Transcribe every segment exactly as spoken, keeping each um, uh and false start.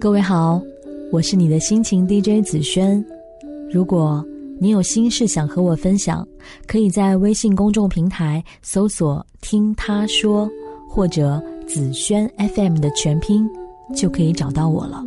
各位好，我是你的心情 D J 子轩。如果你有心事想和我分享，可以在微信公众平台搜索听他说，或者子轩 F M 的全拼，就可以找到我了。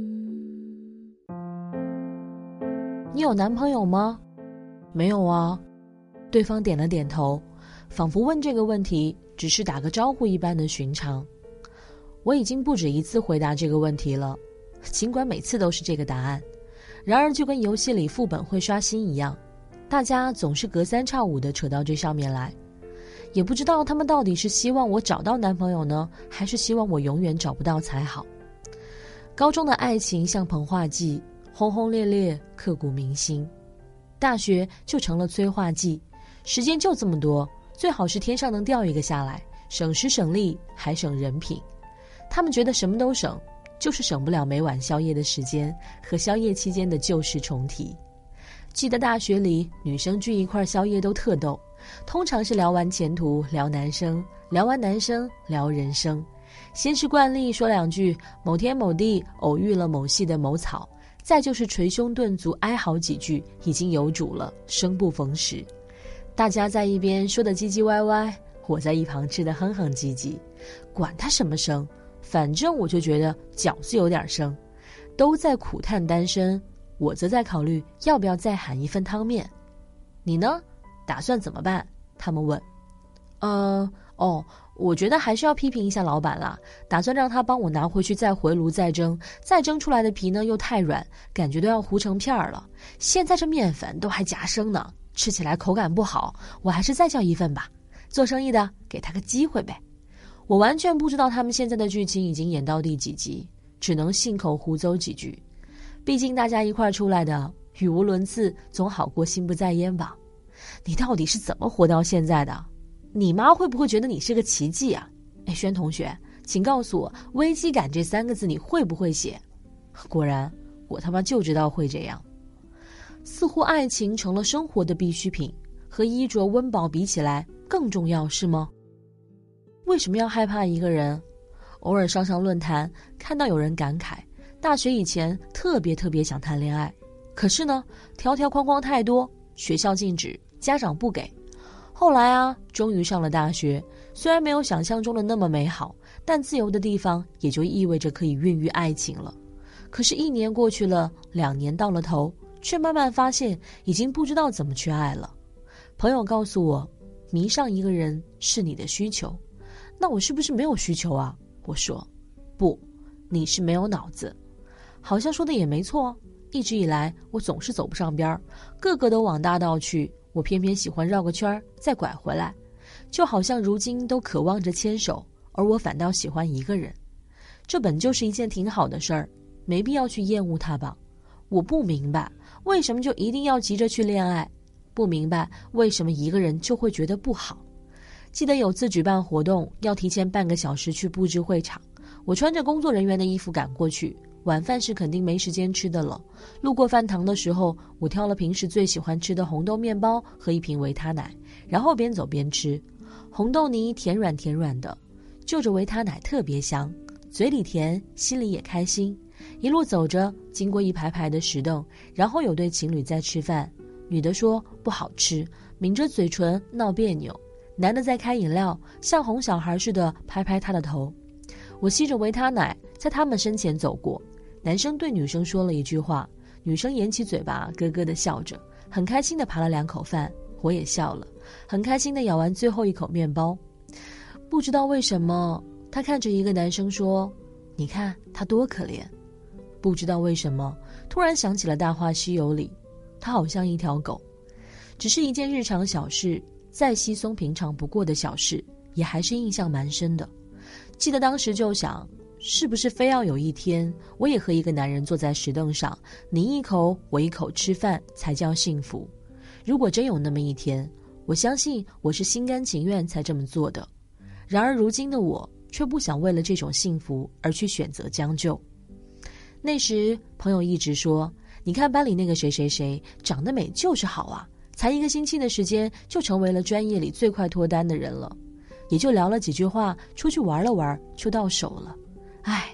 你有男朋友吗？没有啊。对方点了点头，仿佛问这个问题只是打个招呼一般的寻常。我已经不止一次回答这个问题了，尽管每次都是这个答案，然而就跟游戏里副本会刷新一样，大家总是隔三差五地扯到这上面来。也不知道他们到底是希望我找到男朋友呢，还是希望我永远找不到才好。高中的爱情像膨化剂，轰轰烈烈，刻骨铭心。大学就成了催化剂，时间就这么多，最好是天上能掉一个下来，省时省力还省人品。他们觉得什么都省，就是省不了每晚宵夜的时间和宵夜期间的旧事重提。记得大学里女生聚一块宵夜都特逗，通常是聊完前途聊男生，聊完男生聊人生。先是惯例说两句某天某地偶遇了某系的某草，再就是捶胸顿足哀嚎几句已经有主了，生不逢时。大家在一边说得唧唧歪歪，我在一旁吃得哼哼唧唧，管他什么生，反正我就觉得饺子有点生。都在苦叹单身，我则在考虑要不要再喊一份汤面。你呢？打算怎么办？他们问。呃，哦，我觉得还是要批评一下老板啦，打算让他帮我拿回去再回炉再蒸，再蒸出来的皮呢又太软，感觉都要糊成片了。现在这面粉都还夹生呢，吃起来口感不好，我还是再叫一份吧。做生意的给他个机会呗。我完全不知道他们现在的剧情已经演到第几集，只能信口胡诌几句。毕竟大家一块出来的，语无伦次总好过心不在焉吧。你到底是怎么活到现在的？你妈会不会觉得你是个奇迹啊？哎，轩同学，请告诉我，危机感这三个字你会不会写？果然，我他妈就知道会这样。似乎爱情成了生活的必需品，和衣着温饱比起来更重要，是吗？为什么要害怕一个人？偶尔上上论坛，看到有人感慨，大学以前特别特别想谈恋爱，可是呢，条条框框太多，学校禁止，家长不给。后来啊，终于上了大学，虽然没有想象中的那么美好，但自由的地方也就意味着可以孕育爱情了。可是，一年过去了，两年到了头，却慢慢发现已经不知道怎么去爱了。朋友告诉我，迷上一个人是你的需求。那我是不是没有需求啊？我说，不，你是没有脑子。好像说的也没错，一直以来我总是走不上边儿，个个都往大道去，我偏偏喜欢绕个圈儿再拐回来，就好像如今都渴望着牵手，而我反倒喜欢一个人。这本就是一件挺好的事儿，没必要去厌恶它吧。我不明白为什么就一定要急着去恋爱，不明白为什么一个人就会觉得不好。记得有次举办活动，要提前半个小时去布置会场，我穿着工作人员的衣服赶过去，晚饭是肯定没时间吃的了。路过饭堂的时候，我挑了平时最喜欢吃的红豆面包和一瓶维他奶，然后边走边吃。红豆泥甜软甜软的，就着维他奶特别香，嘴里甜，心里也开心。一路走着，经过一排排的石凳，然后有对情侣在吃饭，女的说不好吃，抿着嘴唇闹别扭，男的在开饮料，像哄小孩似的拍拍他的头。我吸着维他奶，在他们身前走过，男生对女生说了一句话，女生掩起嘴巴咯咯地笑着，很开心地扒了两口饭，我也笑了，很开心地咬完最后一口面包。不知道为什么，他看着一个男生说，你看他多可怜。不知道为什么，突然想起了《大话西游》里，他好像一条狗。只是一件日常小事，再稀松平常不过的小事，也还是印象蛮深的。记得当时就想，是不是非要有一天，我也和一个男人坐在石凳上，你一口我一口吃饭才叫幸福？如果真有那么一天，我相信我是心甘情愿才这么做的。然而如今的我，却不想为了这种幸福而去选择将就。那时朋友一直说，你看班里那个谁谁谁长得美就是好啊，才一个星期的时间就成为了专业里最快脱单的人了，也就聊了几句话，出去玩了玩就到手了。唉，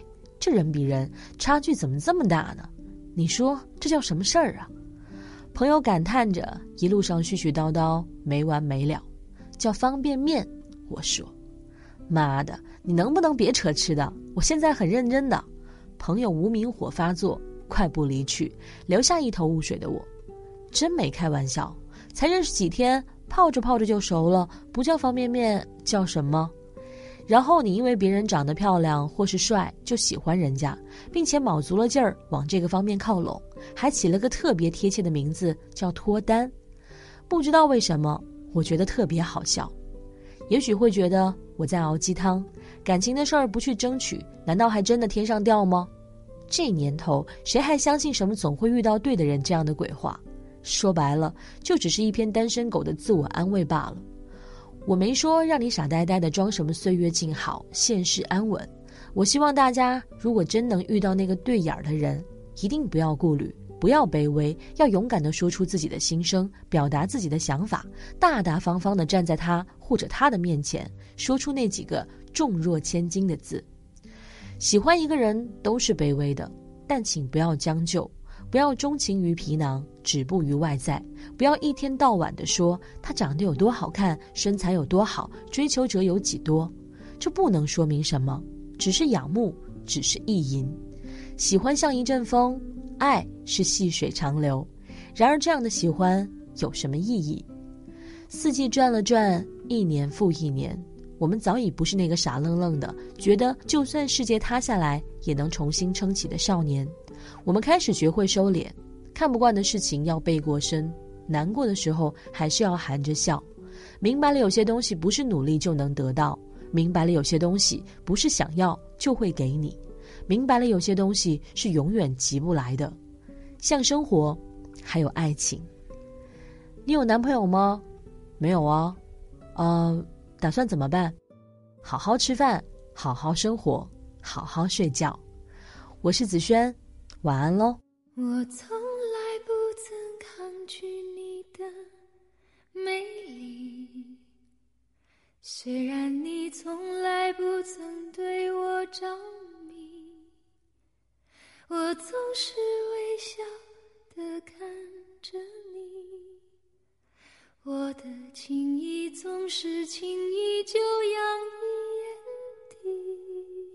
这人比人差距怎么这么大呢？你说这叫什么事儿啊？朋友感叹着，一路上絮絮叨叨没完没了，叫方便面。我说妈的，你能不能别扯吃的，我现在很认真的。朋友无名火发作，快步离去，留下一头雾水的我。真没开玩笑，才认识几天，泡着泡着就熟了，不叫方便面叫什么？然后你因为别人长得漂亮或是帅就喜欢人家，并且卯足了劲儿往这个方面靠拢，还起了个特别贴切的名字叫脱单。不知道为什么，我觉得特别好笑。也许会觉得我在熬鸡汤，感情的事儿不去争取，难道还真的天上掉吗？这年头谁还相信什么总会遇到对的人这样的鬼话？说白了，就只是一篇单身狗的自我安慰罢了。我没说让你傻呆呆的装什么岁月静好，现世安稳。我希望大家如果真能遇到那个对眼儿的人，一定不要顾虑，不要卑微，要勇敢地说出自己的心声，表达自己的想法，大大方方地站在他或者他的面前，说出那几个重若千斤的字。喜欢一个人都是卑微的，但请不要将就，不要钟情于皮囊，止步于外在，不要一天到晚地说他长得有多好看，身材有多好，追求者有几多。这不能说明什么，只是仰慕，只是意淫。喜欢像一阵风，爱是细水长流。然而这样的喜欢有什么意义？四季转了转，一年复一年，我们早已不是那个傻愣愣的觉得就算世界塌下来也能重新撑起的少年。我们开始学会收敛，看不惯的事情要背过身，难过的时候还是要含着笑。明白了有些东西不是努力就能得到，明白了有些东西不是想要就会给你，明白了有些东西是永远急不来的，像生活，还有爱情。你有男朋友吗？没有啊。呃，打算怎么办？好好吃饭，好好生活，好好睡觉。我是子轩，晚安喽。 我从来不曾抗拒你的美丽，虽然你从来不曾对我着迷，我总是微笑地看着你，我的情意总是轻易就洋溢眼底。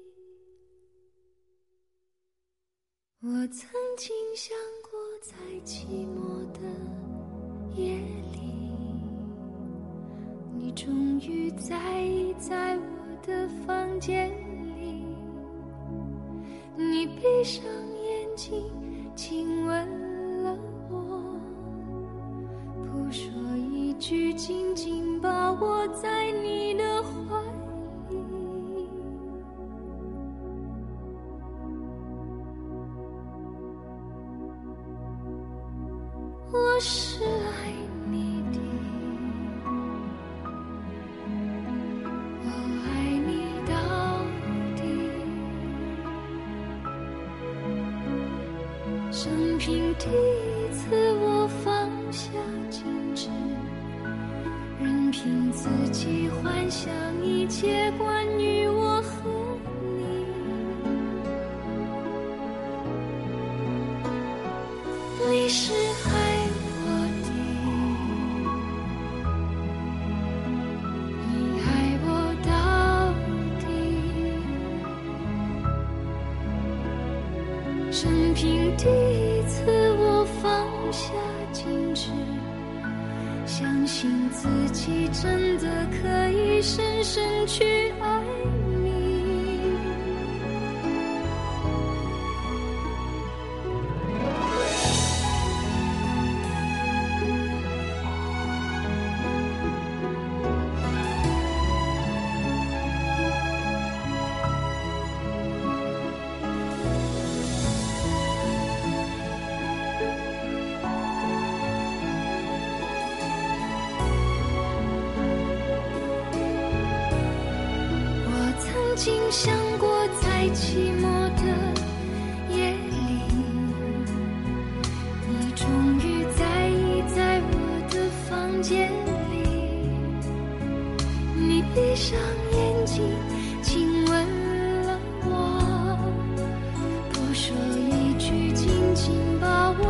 我曾经想过，在寂寞的夜里，你终于在意在我的房间里，你闭上眼睛亲吻了我，不说一句，紧紧把我在你的怀里。我是爱你的，我爱你到底。生平第一次我放下矜持，任凭自己幻想一切关于我和你。你是爱我的，你爱我到底。生平第一次我放下矜持，相信自己真的可以深深去爱你。曾经想过，在寂寞的夜里，你终于在意在我的房间里，你闭上眼睛亲吻了我， 说一句，紧紧把我